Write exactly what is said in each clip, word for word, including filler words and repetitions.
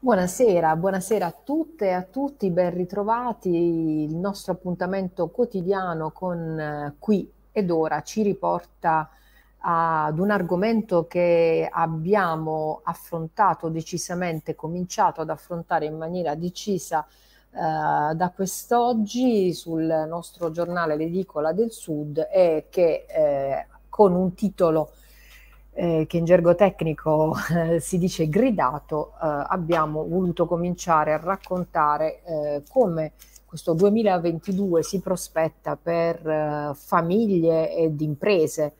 Buonasera, buonasera a tutte e a tutti, ben ritrovati. Il nostro appuntamento quotidiano con eh, Qui ed Ora ci riporta ad un argomento che abbiamo affrontato decisamente, cominciato ad affrontare in maniera decisa eh, da quest'oggi sul nostro giornale L'Edicola del Sud e che eh, con un titolo eh, che in gergo tecnico eh, si dice gridato, eh, abbiamo voluto cominciare a raccontare eh, come questo duemilaventidue si prospetta per eh, famiglie ed imprese.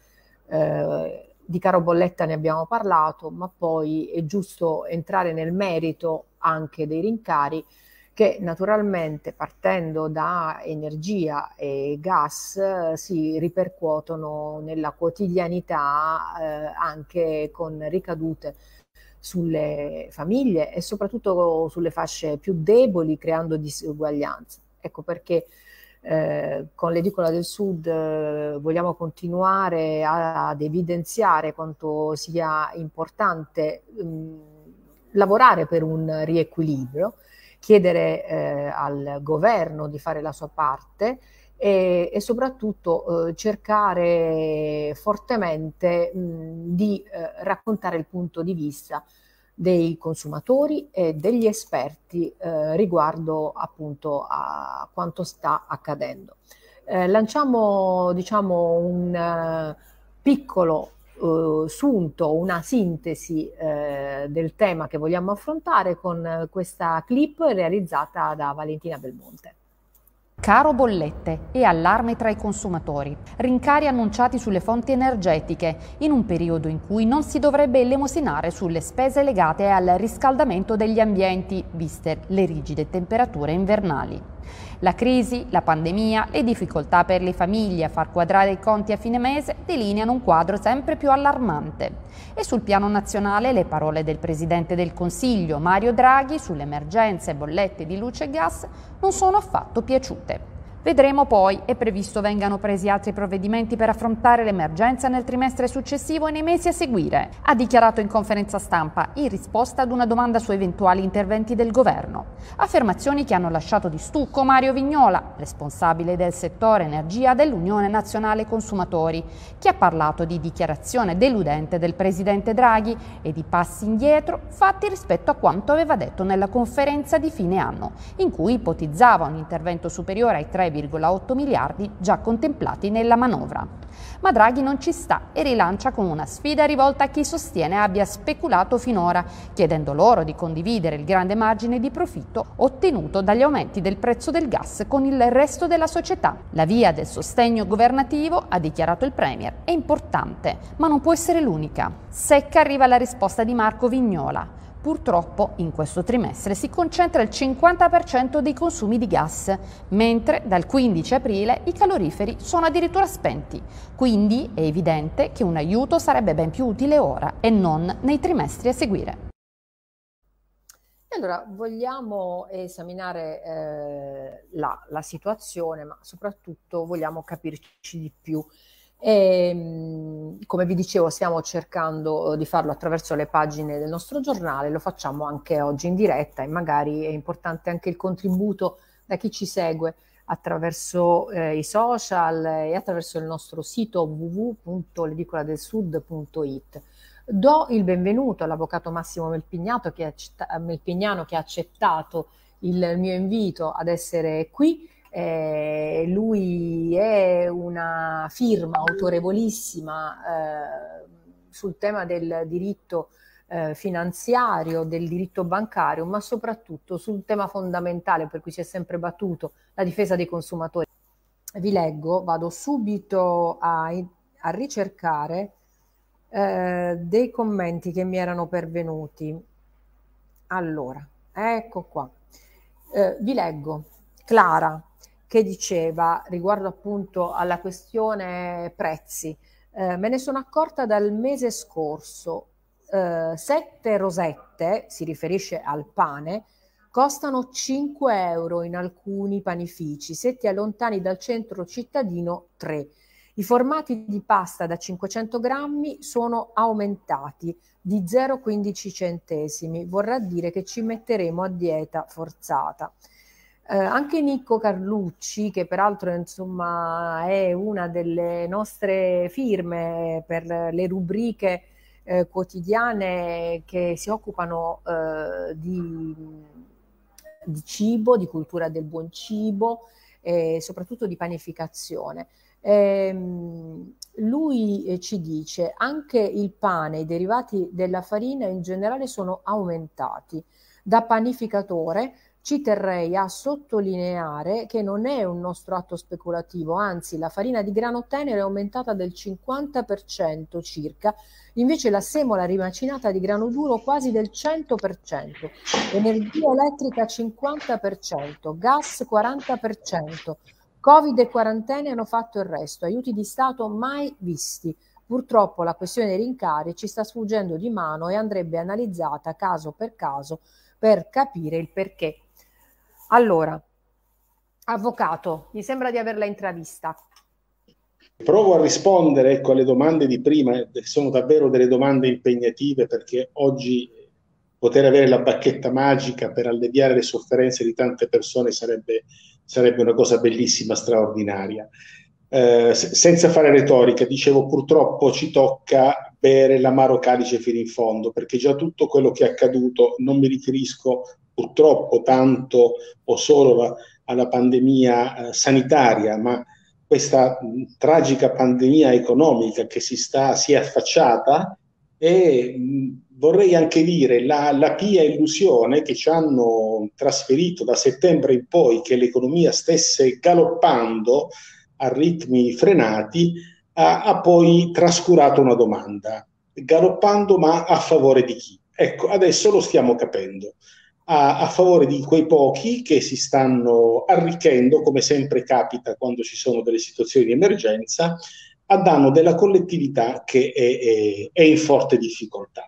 Eh, di caro bolletta ne abbiamo parlato, ma poi è giusto entrare nel merito anche dei rincari che naturalmente partendo da energia e gas eh, si ripercuotono nella quotidianità eh, anche con ricadute sulle famiglie e soprattutto sulle fasce più deboli, creando disuguaglianze. Ecco perché eh, con l'Edicola del Sud eh, vogliamo continuare a, ad evidenziare quanto sia importante mh, lavorare per un riequilibrio, chiedere eh, al governo di fare la sua parte e, e soprattutto eh, cercare fortemente mh, di eh, raccontare il punto di vista dei consumatori e degli esperti eh, riguardo appunto a quanto sta accadendo. Eh, lanciamo diciamo un uh, piccolo uh, sunto, una sintesi eh, del tema che vogliamo affrontare con questa clip realizzata da Valentina Belmonte. Caro bollette e allarme tra i consumatori. Rincari annunciati sulle fonti energetiche in un periodo in cui non si dovrebbe elemosinare sulle spese legate al riscaldamento degli ambienti, viste le rigide temperature invernali. La crisi, la pandemia, le difficoltà per le famiglie a far quadrare i conti a fine mese delineano un quadro sempre più allarmante. E sul piano nazionale le parole del Presidente del Consiglio, Mario Draghi, sulle emergenze bollette di luce e gas non sono affatto piaciute. Vedremo poi, è previsto vengano presi altri provvedimenti per affrontare l'emergenza nel trimestre successivo e nei mesi a seguire, ha dichiarato in conferenza stampa in risposta ad una domanda su eventuali interventi del governo. Affermazioni che hanno lasciato di stucco Mario Vignola, responsabile del settore energia dell'Unione Nazionale Consumatori, che ha parlato di dichiarazione deludente del presidente Draghi e di passi indietro fatti rispetto a quanto aveva detto nella conferenza di fine anno, in cui ipotizzava un intervento superiore ai tre virgola otto miliardi già contemplati nella manovra. Ma Draghi non ci sta e rilancia con una sfida rivolta a chi sostiene abbia speculato finora, chiedendo loro di condividere il grande margine di profitto ottenuto dagli aumenti del prezzo del gas con il resto della società. La via del sostegno governativo, ha dichiarato il Premier, è importante, ma non può essere l'unica. Secca arriva la risposta di Marco Vignola. Purtroppo in questo trimestre si concentra il cinquanta per cento dei consumi di gas, mentre dal quindici aprile i caloriferi sono addirittura spenti. Quindi è evidente che un aiuto sarebbe ben più utile ora e non nei trimestri a seguire. Allora, vogliamo esaminare eh, la, la situazione, ma soprattutto vogliamo capirci di più. E, come vi dicevo, stiamo cercando di farlo attraverso le pagine del nostro giornale, lo facciamo anche oggi in diretta e magari è importante anche il contributo da chi ci segue attraverso eh, i social e attraverso il nostro sito w w w punto l'edicoladelsud punto it. Do il benvenuto all'avvocato Massimo Melpignano che, accetta, Melpignano che ha accettato il mio invito ad essere qui. Eh, lui è una firma autorevolissima eh, sul tema del diritto eh, finanziario, del diritto bancario, ma soprattutto sul tema fondamentale per cui si è sempre battuto, la difesa dei consumatori. Vi leggo, vado subito a, a ricercare eh, dei commenti che mi erano pervenuti. Allora, ecco qua. Eh, vi leggo. Clara, che diceva riguardo appunto alla questione prezzi, eh, me ne sono accorta dal mese scorso, eh, sette rosette, si riferisce al pane, costano cinque euro in alcuni panifici, se ti allontani dal centro cittadino tre. I formati di pasta da cinquecento grammi sono aumentati di zero virgola quindici centesimi, vorrà dire che ci metteremo a dieta forzata. Eh, anche Nicco Carlucci, che peraltro insomma è una delle nostre firme per le rubriche eh, quotidiane che si occupano eh, di, di cibo, di cultura del buon cibo e soprattutto di panificazione. Eh, lui eh, ci dice anche il pane, i derivati della farina in generale sono aumentati. Da panificatore ci terrei a sottolineare che non è un nostro atto speculativo, anzi la farina di grano tenero è aumentata del cinquanta per cento circa, invece la semola rimacinata di grano duro quasi del cento per cento, energia elettrica cinquanta per cento, gas quaranta per cento, Covid e quarantene hanno fatto il resto, aiuti di Stato mai visti. Purtroppo la questione dei rincari ci sta sfuggendo di mano e andrebbe analizzata caso per caso per capire il perché. Allora, avvocato, mi sembra di averla intravista. Provo a rispondere, ecco, alle domande di prima, sono davvero delle domande impegnative, perché oggi poter avere la bacchetta magica per alleviare le sofferenze di tante persone sarebbe, sarebbe una cosa bellissima, straordinaria. Eh, senza fare retorica, dicevo, purtroppo ci tocca bere l'amaro calice fino in fondo, perché già tutto quello che è accaduto, non mi riferisco purtroppo tanto o solo alla pandemia eh, sanitaria, ma questa mh, tragica pandemia economica che si, sta, si è affacciata, e mh, vorrei anche dire la, la pia illusione che ci hanno trasferito da settembre in poi, che l'economia stesse galoppando a ritmi frenati, ha, ha poi trascurato una domanda: galoppando, ma a favore di chi? Ecco, adesso lo stiamo capendo. A, a favore di quei pochi che si stanno arricchendo, come sempre capita quando ci sono delle situazioni di emergenza, a danno della collettività che è, è, è in forte difficoltà.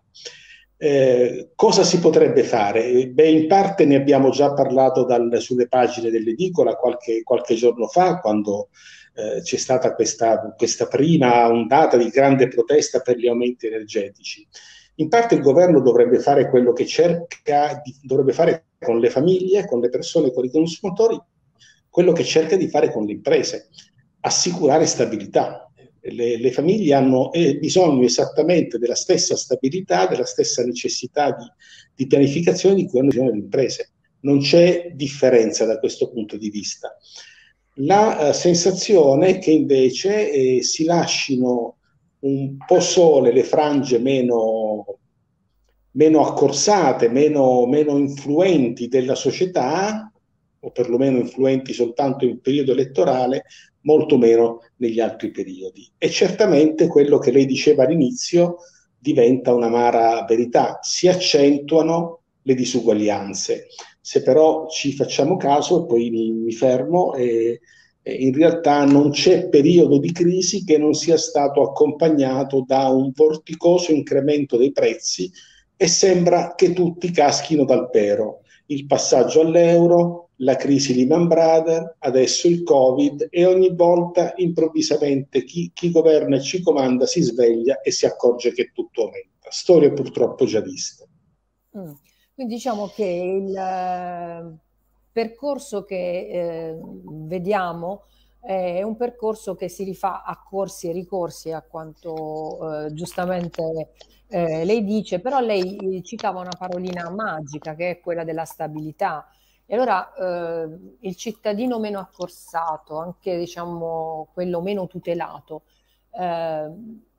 Eh, cosa si potrebbe fare? Beh, in parte ne abbiamo già parlato dal, sulle pagine dell'edicola qualche, qualche giorno fa, quando eh, c'è stata questa, questa prima ondata di grande protesta per gli aumenti energetici. In parte il governo dovrebbe fare quello che cerca, di, dovrebbe fare con le famiglie, con le persone, con i consumatori, quello che cerca di fare con le imprese: assicurare stabilità. Le, le famiglie hanno eh, bisogno esattamente della stessa stabilità, della stessa necessità di, di pianificazione di cui hanno bisogno le imprese. Non c'è differenza da questo punto di vista. La eh, sensazione è che invece eh, si lascino un po' sole le frange meno, meno accorsate, meno, meno influenti della società, o perlomeno influenti soltanto in periodo elettorale, molto meno negli altri periodi. E certamente quello che lei diceva all'inizio diventa un'amara verità: si accentuano le disuguaglianze. Se però ci facciamo caso, e poi mi, mi fermo, e, e in realtà non c'è periodo di crisi che non sia stato accompagnato da un vorticoso incremento dei prezzi, e sembra che tutti caschino dal pero. Il passaggio all'euro, la crisi Lehman Brothers, adesso il Covid, e ogni volta improvvisamente chi, chi governa e ci comanda si sveglia e si accorge che tutto aumenta. Storie purtroppo già viste. Mm. Quindi diciamo che il eh, percorso che eh, vediamo è un percorso che si rifà a corsi e ricorsi, a quanto eh, giustamente eh, lei dice, però lei citava una parolina magica che è quella della stabilità. E allora eh, il cittadino meno accorsato, anche diciamo quello meno tutelato, eh,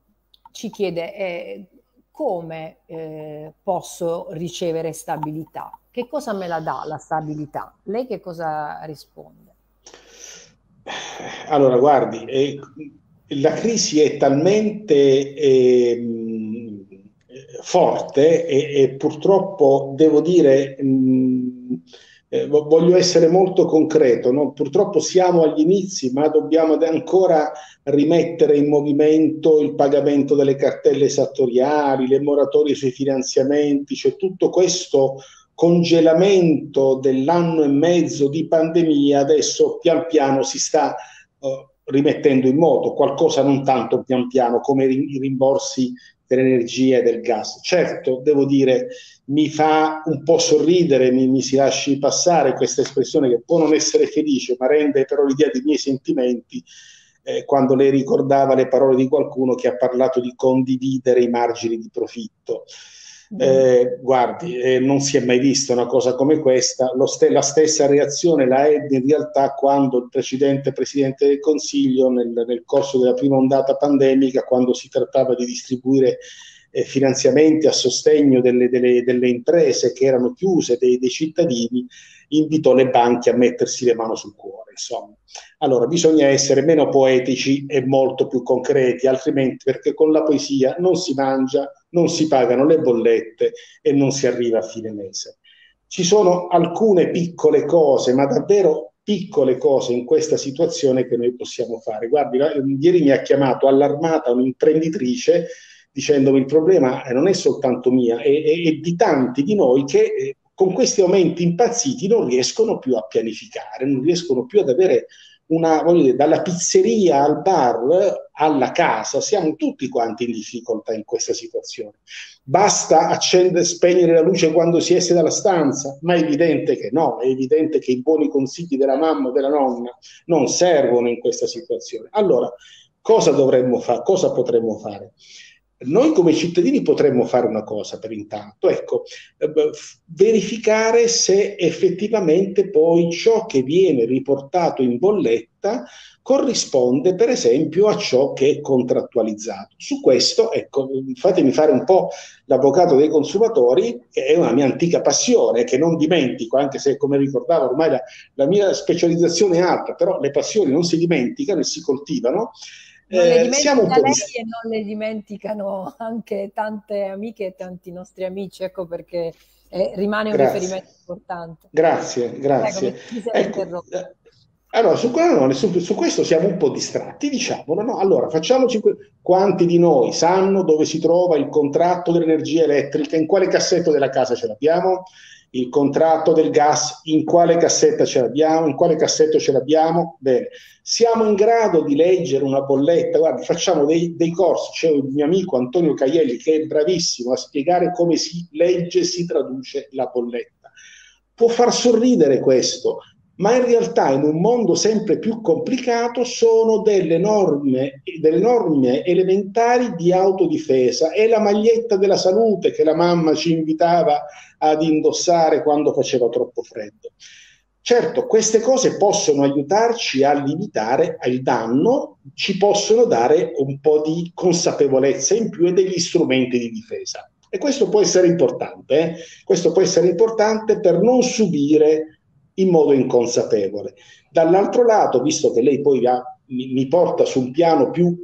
ci chiede eh, come eh, posso ricevere stabilità? Che cosa me la dà la stabilità? Lei che cosa risponde? Allora, guardi, eh, la crisi è talmente eh, forte e, e purtroppo devo dire, mh, eh, voglio essere molto concreto, no? Purtroppo siamo agli inizi, ma dobbiamo ancora rimettere in movimento il pagamento delle cartelle esattoriali, le moratorie sui finanziamenti, cioè tutto questo congelamento dell'anno e mezzo di pandemia adesso pian piano si sta uh, rimettendo in moto, qualcosa non tanto pian piano come i rimborsi dell'energia e del gas. Certo, devo dire, mi fa un po' sorridere, mi, mi si lasci passare questa espressione che può non essere felice, ma rende però l'idea dei miei sentimenti, eh, quando lei ricordava le parole di qualcuno che ha parlato di condividere i margini di profitto. Eh, guardi, eh, non si è mai vista una cosa come questa. Lo st- la stessa reazione la ebbe in realtà quando il precedente Presidente del Consiglio nel, nel corso della prima ondata pandemica, quando si trattava di distribuire eh, finanziamenti a sostegno delle, delle, delle imprese che erano chiuse, dei, dei cittadini, invitò le banche a mettersi le mani sul cuore, insomma. Allora bisogna essere meno poetici e molto più concreti, altrimenti, perché con la poesia non si mangia, non si pagano le bollette e non si arriva a fine mese. Ci sono alcune piccole cose, ma davvero piccole cose in questa situazione che noi possiamo fare. Guardi, ieri mi ha chiamato allarmata un'imprenditrice dicendomi: il problema non è soltanto mia, è, è, è di tanti di noi che eh, con questi aumenti impazziti non riescono più a pianificare, non riescono più ad avere una, voglio dire, dalla pizzeria al bar alla casa, siamo tutti quanti in difficoltà in questa situazione. Basta accendere, spegnere la luce quando si esce dalla stanza? Ma è evidente che no, è evidente che i buoni consigli della mamma o della nonna non servono in questa situazione. Allora, cosa dovremmo fare? Cosa potremmo fare? Noi come cittadini potremmo fare una cosa per intanto, ecco, eh, verificare se effettivamente poi ciò che viene riportato in bolletta corrisponde per esempio a ciò che è contrattualizzato. Su questo, ecco, fatemi fare un po' l'avvocato dei consumatori, che è una mia antica passione, che non dimentico, anche se, come ricordavo, ormai la, la mia specializzazione è alta, però le passioni non si dimenticano e si coltivano. Non le Eh, siamo un po' lei di... e non le dimenticano anche tante amiche e tanti nostri amici, ecco perché eh, rimane un Grazie. riferimento importante. Grazie, grazie. Prego, mi, mi ecco, eh, allora, su, no, su, su questo siamo un po' distratti, diciamolo, no? Allora, facciamoci que- quanti di noi sanno dove si trova il contratto dell'energia elettrica, in quale cassetto della casa ce l'abbiamo? Il contratto del gas, in quale cassetta ce l'abbiamo, in quale cassetto ce l'abbiamo? Bene, siamo in grado di leggere una bolletta? Guardi, facciamo dei, dei corsi, c'è un mio amico Antonio Caielli che è bravissimo a spiegare come si legge e si traduce la bolletta. Può far sorridere questo, ma in realtà in un mondo sempre più complicato sono delle norme, delle norme elementari di autodifesa. È la maglietta della salute che la mamma ci invitava ad indossare quando faceva troppo freddo. Certo, queste cose possono aiutarci a limitare il danno, ci possono dare un po' di consapevolezza in più e degli strumenti di difesa. E questo può essere importante, eh? Questo può essere importante per non subire in modo inconsapevole. Dall'altro lato, visto che lei poi ha, mi, mi porta su un piano più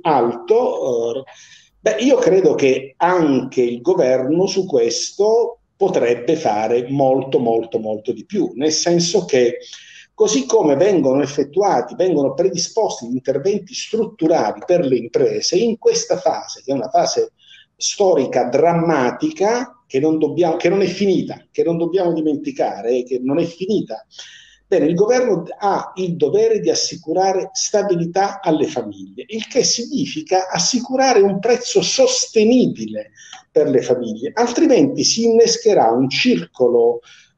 alto, eh, beh, io credo che anche il governo su questo potrebbe fare molto, molto, molto di più, nel senso che così come vengono effettuati, vengono predisposti gli interventi strutturali per le imprese, in questa fase, che è una fase storica drammatica, che non dobbiamo, che non è finita, che non dobbiamo dimenticare, che non è finita. Bene, il governo ha il dovere di assicurare stabilità alle famiglie, il che significa assicurare un prezzo sostenibile per le famiglie, altrimenti si innescherà un circolo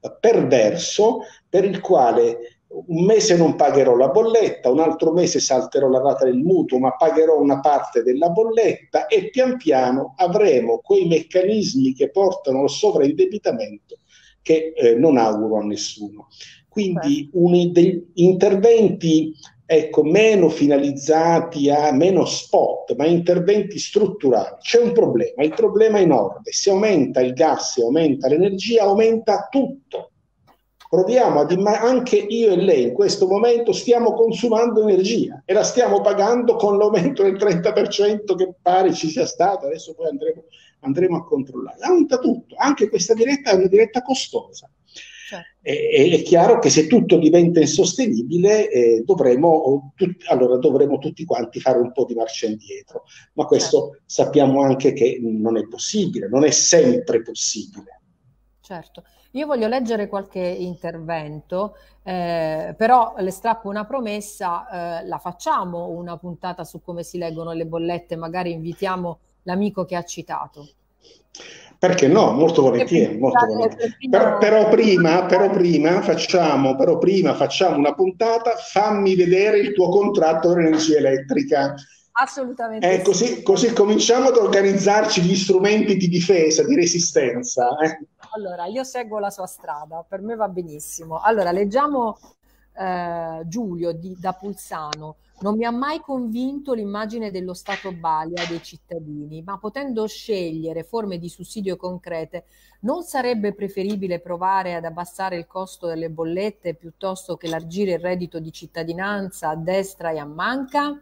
perverso per il quale un mese non pagherò la bolletta, un altro mese salterò la rata del mutuo, ma pagherò una parte della bolletta e pian piano avremo quei meccanismi che portano al sovraindebitamento che eh, non auguro a nessuno. Quindi un, degli interventi ecco, meno finalizzati a meno spot, ma interventi strutturali. C'è un problema, il problema è enorme. Se aumenta il gas, se aumenta l'energia, aumenta tutto. Proviamo ad immaginare, anche io e lei in questo momento stiamo consumando energia e la stiamo pagando con l'aumento del trenta per cento che pare ci sia stato, adesso poi andremo, andremo a controllare. Aumenta tutto, anche questa diretta è una diretta costosa. Certo. E, è chiaro che se tutto diventa insostenibile eh, dovremo, tut, allora dovremo tutti quanti fare un po' di marcia indietro, ma questo certo. Sappiamo anche che non è possibile, non è sempre possibile. Certo, io voglio leggere qualche intervento, eh, però le strappo una promessa, eh, la facciamo una puntata su come si leggono le bollette, magari invitiamo l'amico che ha citato. Perché no? Molto E volentieri, molto perfino, volentieri. Per- perfino... però prima, però prima facciamo, però prima facciamo una puntata, fammi vedere il tuo contratto dell'energia elettrica. Assolutamente Eh, sì. così, così cominciamo ad organizzarci gli strumenti di difesa, di resistenza. eh. Allora, io seguo la sua strada, per me va benissimo. Allora, leggiamo eh, Giulio di- da Pulsano. Non mi ha mai convinto l'immagine dello Stato balia dei cittadini, ma potendo scegliere forme di sussidio concrete, non sarebbe preferibile provare ad abbassare il costo delle bollette piuttosto che elargire il reddito di cittadinanza a destra e a manca?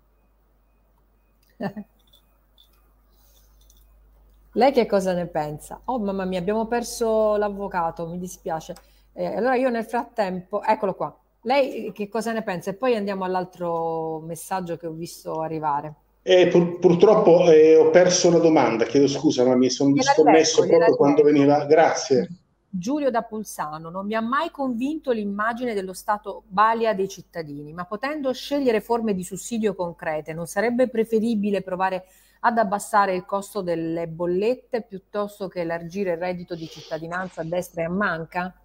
Lei che cosa ne pensa? Oh, mamma mia, abbiamo perso l'avvocato, mi dispiace. Eh, allora io nel frattempo, eccolo qua. Lei che cosa ne pensa? E poi andiamo all'altro messaggio che ho visto arrivare. E pur- purtroppo eh, ho perso la domanda, chiedo scusa, ma mi sono Gliela disconnesso rileggo, gliela proprio quando rileggo. veniva. Grazie. Giulio da Pulsano, non mi ha mai convinto l'immagine dello Stato balia dei cittadini, ma potendo scegliere forme di sussidio concrete, non sarebbe preferibile provare ad abbassare il costo delle bollette piuttosto che elargire il reddito di cittadinanza a destra e a manca?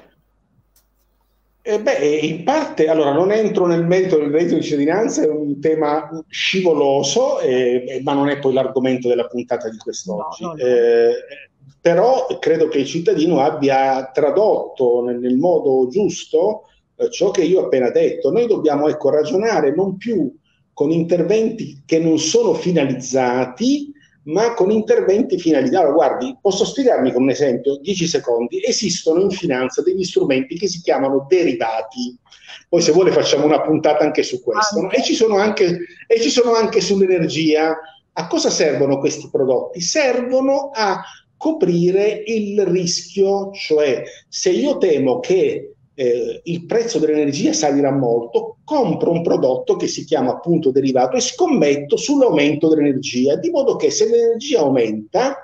Eh beh, in parte, allora non entro nel merito del reddito di cittadinanza, è un tema scivoloso, eh, eh, ma non è poi l'argomento della puntata di No, quest'oggi. no, no. Eh, però credo che il cittadino abbia tradotto nel, nel modo giusto eh, ciò che io ho appena detto. Noi dobbiamo, ecco, ragionare non più con interventi che non sono finalizzati, ma con interventi finalizzati. Allora, guardi, posso spiegarmi con un esempio? dieci secondi. Esistono in finanza degli strumenti che si chiamano derivati. Poi se vuole facciamo una puntata anche su questo. No? Anche. E ci sono anche, e ci sono anche sull'energia. A cosa servono questi prodotti? Servono a coprire il rischio, cioè se io temo che eh, il prezzo dell'energia salirà molto, compro un prodotto che si chiama appunto derivato e scommetto sull'aumento dell'energia, di modo che se l'energia aumenta,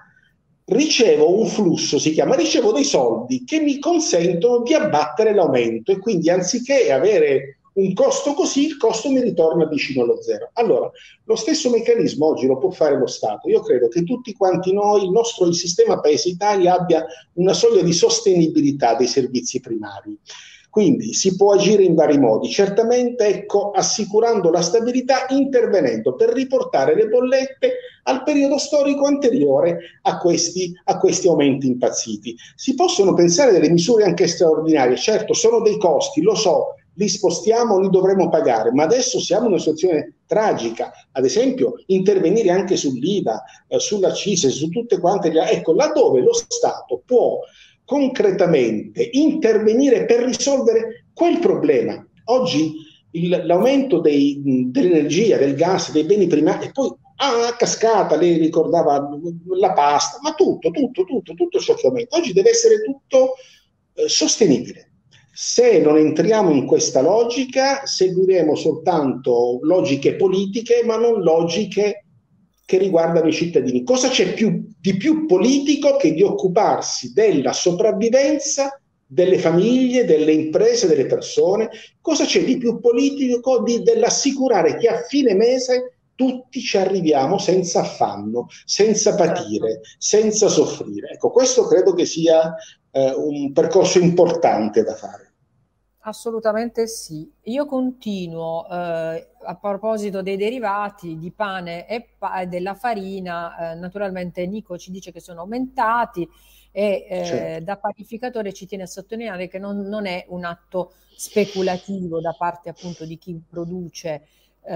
ricevo un flusso, si chiama, ricevo dei soldi che mi consentono di abbattere l'aumento e quindi anziché avere un costo così, il costo mi ritorna vicino allo zero. Allora, lo stesso meccanismo oggi lo può fare lo Stato. Io credo che tutti quanti noi, il nostro il sistema Paese Italia abbia una soglia di sostenibilità dei servizi primari. Quindi si può agire in vari modi, certamente ecco, assicurando la stabilità, intervenendo per riportare le bollette al periodo storico anteriore a questi, a questi aumenti impazziti. Si possono pensare delle misure anche straordinarie, certo sono dei costi, lo so, li spostiamo, li dovremo pagare, ma adesso siamo in una situazione tragica, ad esempio intervenire anche sull'I V A, eh, sulla C I S E, su tutte quante le... Ecco, laddove lo Stato può concretamente intervenire per risolvere quel problema. Oggi il, l'aumento dei, dell'energia, del gas, dei beni primari, e poi a cascata, lei ricordava la pasta, ma tutto, tutto, tutto, tutto ciò che aumenta. Oggi deve essere tutto eh, sostenibile. Se non entriamo in questa logica, seguiremo soltanto logiche politiche, ma non logiche che riguardano i cittadini. Cosa c'è più, di più politico che di occuparsi della sopravvivenza delle famiglie, delle imprese, delle persone? Cosa c'è di più politico di, dell'assicurare che a fine mese tutti ci arriviamo senza affanno, senza patire, Certo. senza soffrire? Ecco, questo credo che sia eh, un percorso importante da fare. Assolutamente sì. Io continuo eh, a proposito dei derivati di pane e pa- della farina, eh, naturalmente Nico ci dice che sono aumentati e eh, Certo. da panificatore ci tiene a sottolineare che non, non è un atto speculativo da parte appunto di chi produce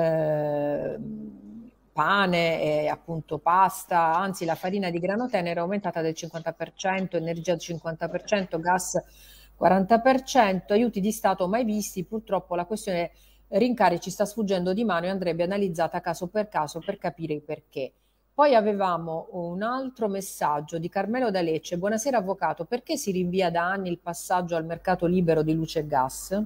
eh, pane e appunto pasta, anzi la farina di grano tenero è aumentata del cinquanta per cento, energia del cinquanta per cento, gas quaranta per cento, aiuti di Stato mai visti, purtroppo la questione rincari ci sta sfuggendo di mano e andrebbe analizzata caso per caso per capire il perché. Poi avevamo un altro messaggio di Carmelo da Lecce. Buonasera avvocato, perché si rinvia da anni il passaggio al mercato libero di luce e gas?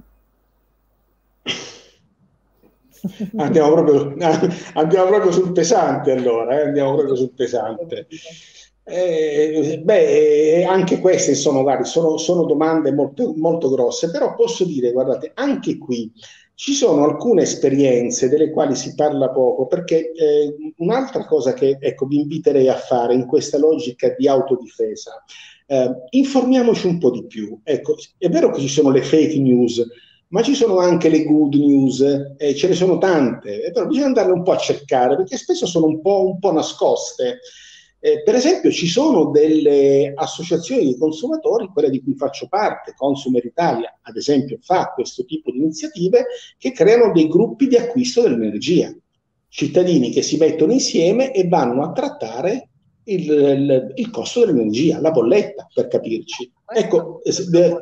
Andiamo proprio, andiamo proprio sul pesante allora, eh? Andiamo proprio sul pesante. Eh, beh, anche queste sono, guardi, sono, sono domande molto, molto grosse, però posso dire, guardate, anche qui ci sono alcune esperienze delle quali si parla poco, perché eh, un'altra cosa che ecco, vi inviterei a fare in questa logica di autodifesa, eh, informiamoci un po' di più. Ecco, è vero che ci sono le fake news, ma ci sono anche le good news, eh, ce ne sono tante, eh, però bisogna andarle un po' a cercare, perché spesso sono un po', un po' nascoste. Eh, per esempio, ci sono delle associazioni di consumatori, quella di cui faccio parte, Consumer Italia, ad esempio, fa questo tipo di iniziative che creano dei gruppi di acquisto dell'energia. Cittadini che si mettono insieme e vanno a trattare il, il, il costo dell'energia, la bolletta, per capirci. Ecco, eh,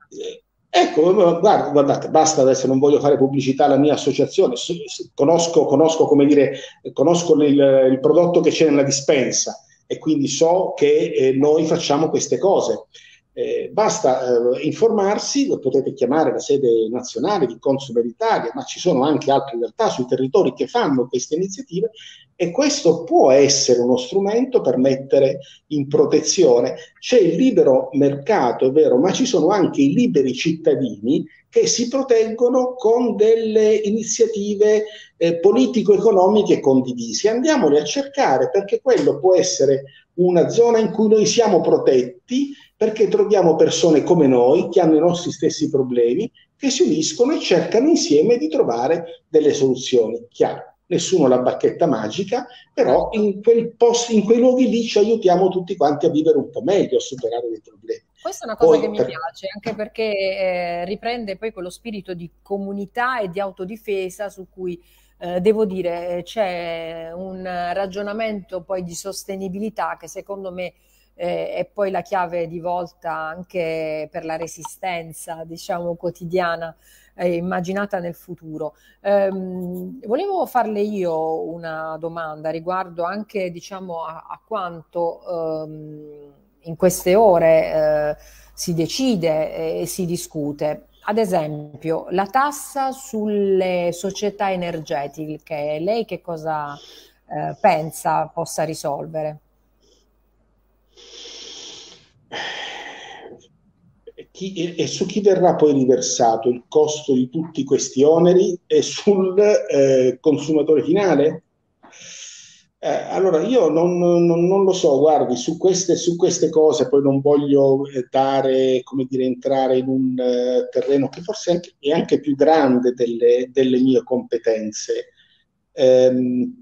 ecco, guarda, guardate, basta adesso, non voglio fare pubblicità alla mia associazione, conosco, conosco come dire, conosco il, il prodotto che c'è nella dispensa e quindi so che eh, noi facciamo queste cose. Eh, basta eh, informarsi, potete chiamare la sede nazionale di Consumer Italia, ma ci sono anche altre realtà sui territori che fanno queste iniziative e questo può essere uno strumento per mettere in protezione. C'è il libero mercato, è vero, ma ci sono anche i liberi cittadini che si proteggono con delle iniziative eh, politico-economiche condivise. Andiamole a cercare, perché quello può essere una zona in cui noi siamo protetti, perché troviamo persone come noi che hanno i nostri stessi problemi, che si uniscono e cercano insieme di trovare delle soluzioni. Chiaro, nessuno ha la bacchetta magica, però in, quel posto, in quei luoghi lì ci aiutiamo tutti quanti a vivere un po' meglio, a superare dei problemi. Questa è una cosa Poi, che mi per... piace, anche perché eh, riprende poi quello spirito di comunità e di autodifesa su cui, eh, devo dire, c'è un ragionamento poi di sostenibilità che secondo me eh, è poi la chiave di volta anche per la resistenza, diciamo, quotidiana, eh, immaginata nel futuro. Ehm, volevo farle io una domanda riguardo anche, diciamo, a, a quanto ehm, in queste ore eh, si decide e si discute. Ad esempio, la tassa sulle società energetiche, lei che cosa eh, pensa possa risolvere? Chi, e, e su chi verrà poi riversato il costo di tutti questi oneri? E sul eh, consumatore finale? Eh, allora io non, non, non lo so, guardi, su queste, su queste cose poi non voglio eh, dare, come dire, entrare in un eh, terreno che forse è anche, è anche più grande delle, delle mie competenze. Ehm,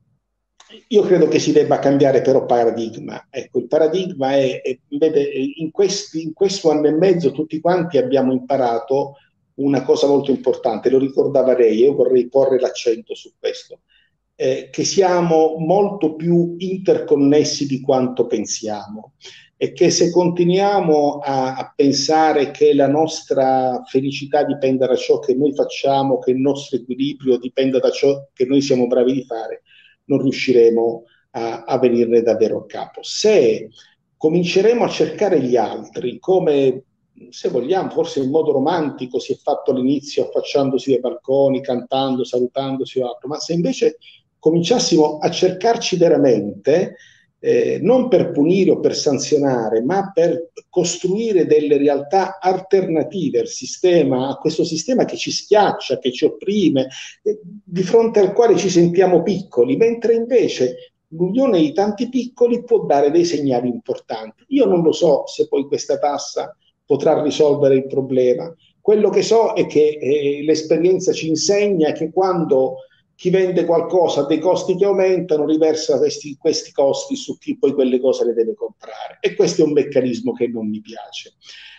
io credo che si debba cambiare però paradigma. Ecco, il paradigma è, è vede, in, questi, in questo anno e mezzo tutti quanti abbiamo imparato una cosa molto importante, lo ricordava lei, io vorrei porre l'accento su questo, eh, che siamo molto più interconnessi di quanto pensiamo e che se continuiamo a, a pensare che la nostra felicità dipenda da ciò che noi facciamo, che il nostro equilibrio dipenda da ciò che noi siamo bravi di fare, non riusciremo a, a venirne davvero a capo. Se cominceremo a cercare gli altri come, se vogliamo, forse in modo romantico si è fatto all'inizio affacciandosi dai balconi, cantando, salutandosi o altro, ma se invece cominciassimo a cercarci veramente, eh, non per punire o per sanzionare, ma per costruire delle realtà alternative al sistema, a questo sistema che ci schiaccia, che ci opprime, eh, di fronte al quale ci sentiamo piccoli, mentre invece l'unione di tanti piccoli può dare dei segnali importanti. Io non lo so se poi questa tassa potrà risolvere il problema. Quello che so è che eh, l'esperienza ci insegna che quando chi vende qualcosa ha dei costi che aumentano, riversa questi, questi costi su chi poi quelle cose le deve comprare. E questo è un meccanismo che non mi piace.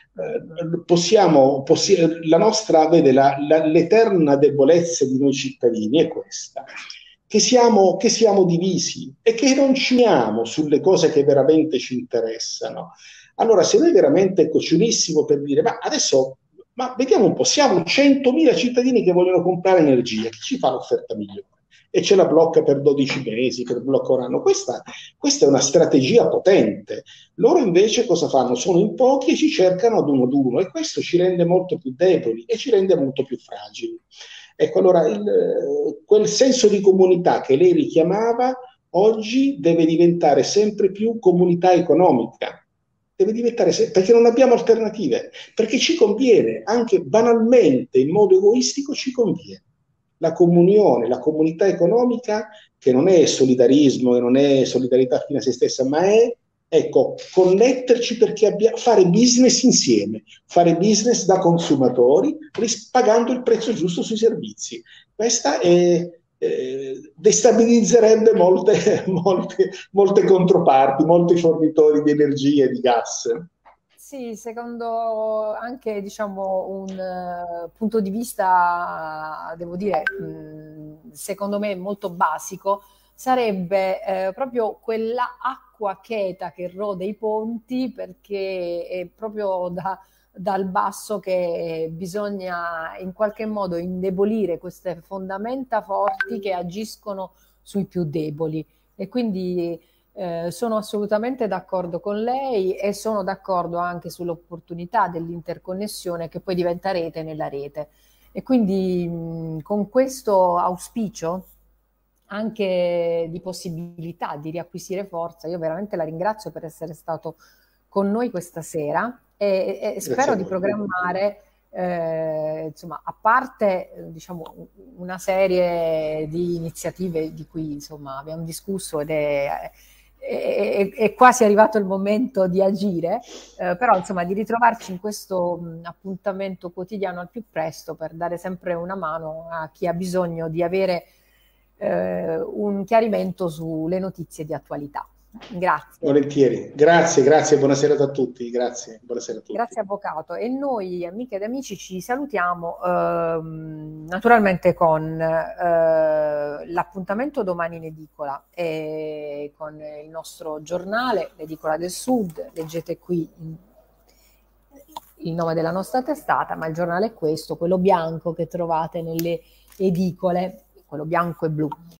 Eh, possiamo, possi- la nostra, vede, la, la, l'eterna debolezza di noi cittadini è questa, che siamo, che siamo divisi e che non ci uniamo sulle cose che veramente ci interessano. Allora, se noi veramente, ecco, ci unissimo per dire, ma adesso, ma vediamo un po', siamo centomila cittadini che vogliono comprare energia, chi ci fa l'offerta migliore? E ce la blocca per dodici mesi, per blocca un anno. Questa, questa è una strategia potente. Loro invece cosa fanno? Sono in pochi e ci cercano ad uno ad uno e questo ci rende molto più deboli e ci rende molto più fragili. Ecco, allora, il, quel senso di comunità che lei richiamava oggi deve diventare sempre più comunità economica, deve diventare se- perché non abbiamo alternative, perché ci conviene, anche banalmente, in modo egoistico ci conviene. La comunione, la comunità economica, che non è solidarismo, che non è solidarietà fine a se stessa, ma è, ecco, connetterci perché abbia, fare business insieme, fare business da consumatori, ris- pagando il prezzo giusto sui servizi. Questa è, eh, destabilizzerebbe molte, molte, molte controparti, molti fornitori di energia e di gas. Sì, secondo anche diciamo un eh, punto di vista, devo dire, mh, secondo me molto basico, sarebbe eh, proprio quella acqua cheta che rode i ponti, perché è proprio da- dal basso che bisogna in qualche modo indebolire queste fondamenta forti che agiscono sui più deboli. E quindi eh, sono assolutamente d'accordo con lei e sono d'accordo anche sull'opportunità dell'interconnessione che poi diventa rete nella rete. E quindi mh, con questo auspicio anche di possibilità di riacquisire forza, io veramente la ringrazio per essere stato con noi questa sera e, e Grazie spero a di voi. programmare, eh, insomma, a parte eh, diciamo, una serie di iniziative di cui insomma, abbiamo discusso ed è, è, è quasi arrivato il momento di agire, eh, però insomma di ritrovarci in questo mh, appuntamento quotidiano al più presto per dare sempre una mano a chi ha bisogno di avere eh, un chiarimento sulle notizie di attualità. Grazie. Volentieri. Grazie, grazie, buonasera a tutti. Grazie, buonasera a tutti. Grazie Avvocato. E noi, amiche ed amici, ci salutiamo ehm, naturalmente con eh, l'appuntamento domani in edicola e con il nostro giornale, l'Edicola del Sud. Leggete qui il nome della nostra testata, ma il giornale è questo, quello bianco che trovate nelle edicole, quello bianco e blu.